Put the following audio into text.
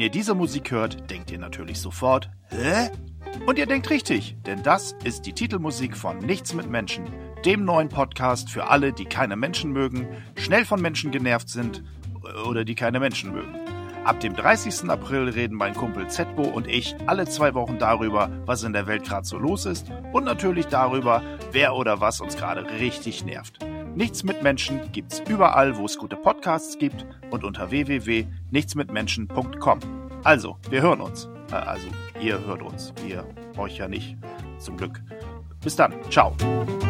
ihr diese Musik hört, denkt ihr natürlich sofort, hä? Und ihr denkt richtig, denn das ist die Titelmusik von Nichts mit Menschen, dem neuen Podcast für alle, die keine Menschen mögen, schnell von Menschen genervt sind oder die keine Menschen mögen. Ab dem 30. April reden mein Kumpel Zetbo und ich alle 2 Wochen darüber, was in der Welt gerade so los ist und natürlich darüber, wer oder was uns gerade richtig nervt. Nichts mit Menschen gibt's überall, wo es gute Podcasts gibt und unter www.nichtsmitmenschen.com. Also, wir hören uns. Also, ihr hört uns. Wir euch ja nicht. Zum Glück. Bis dann. Ciao.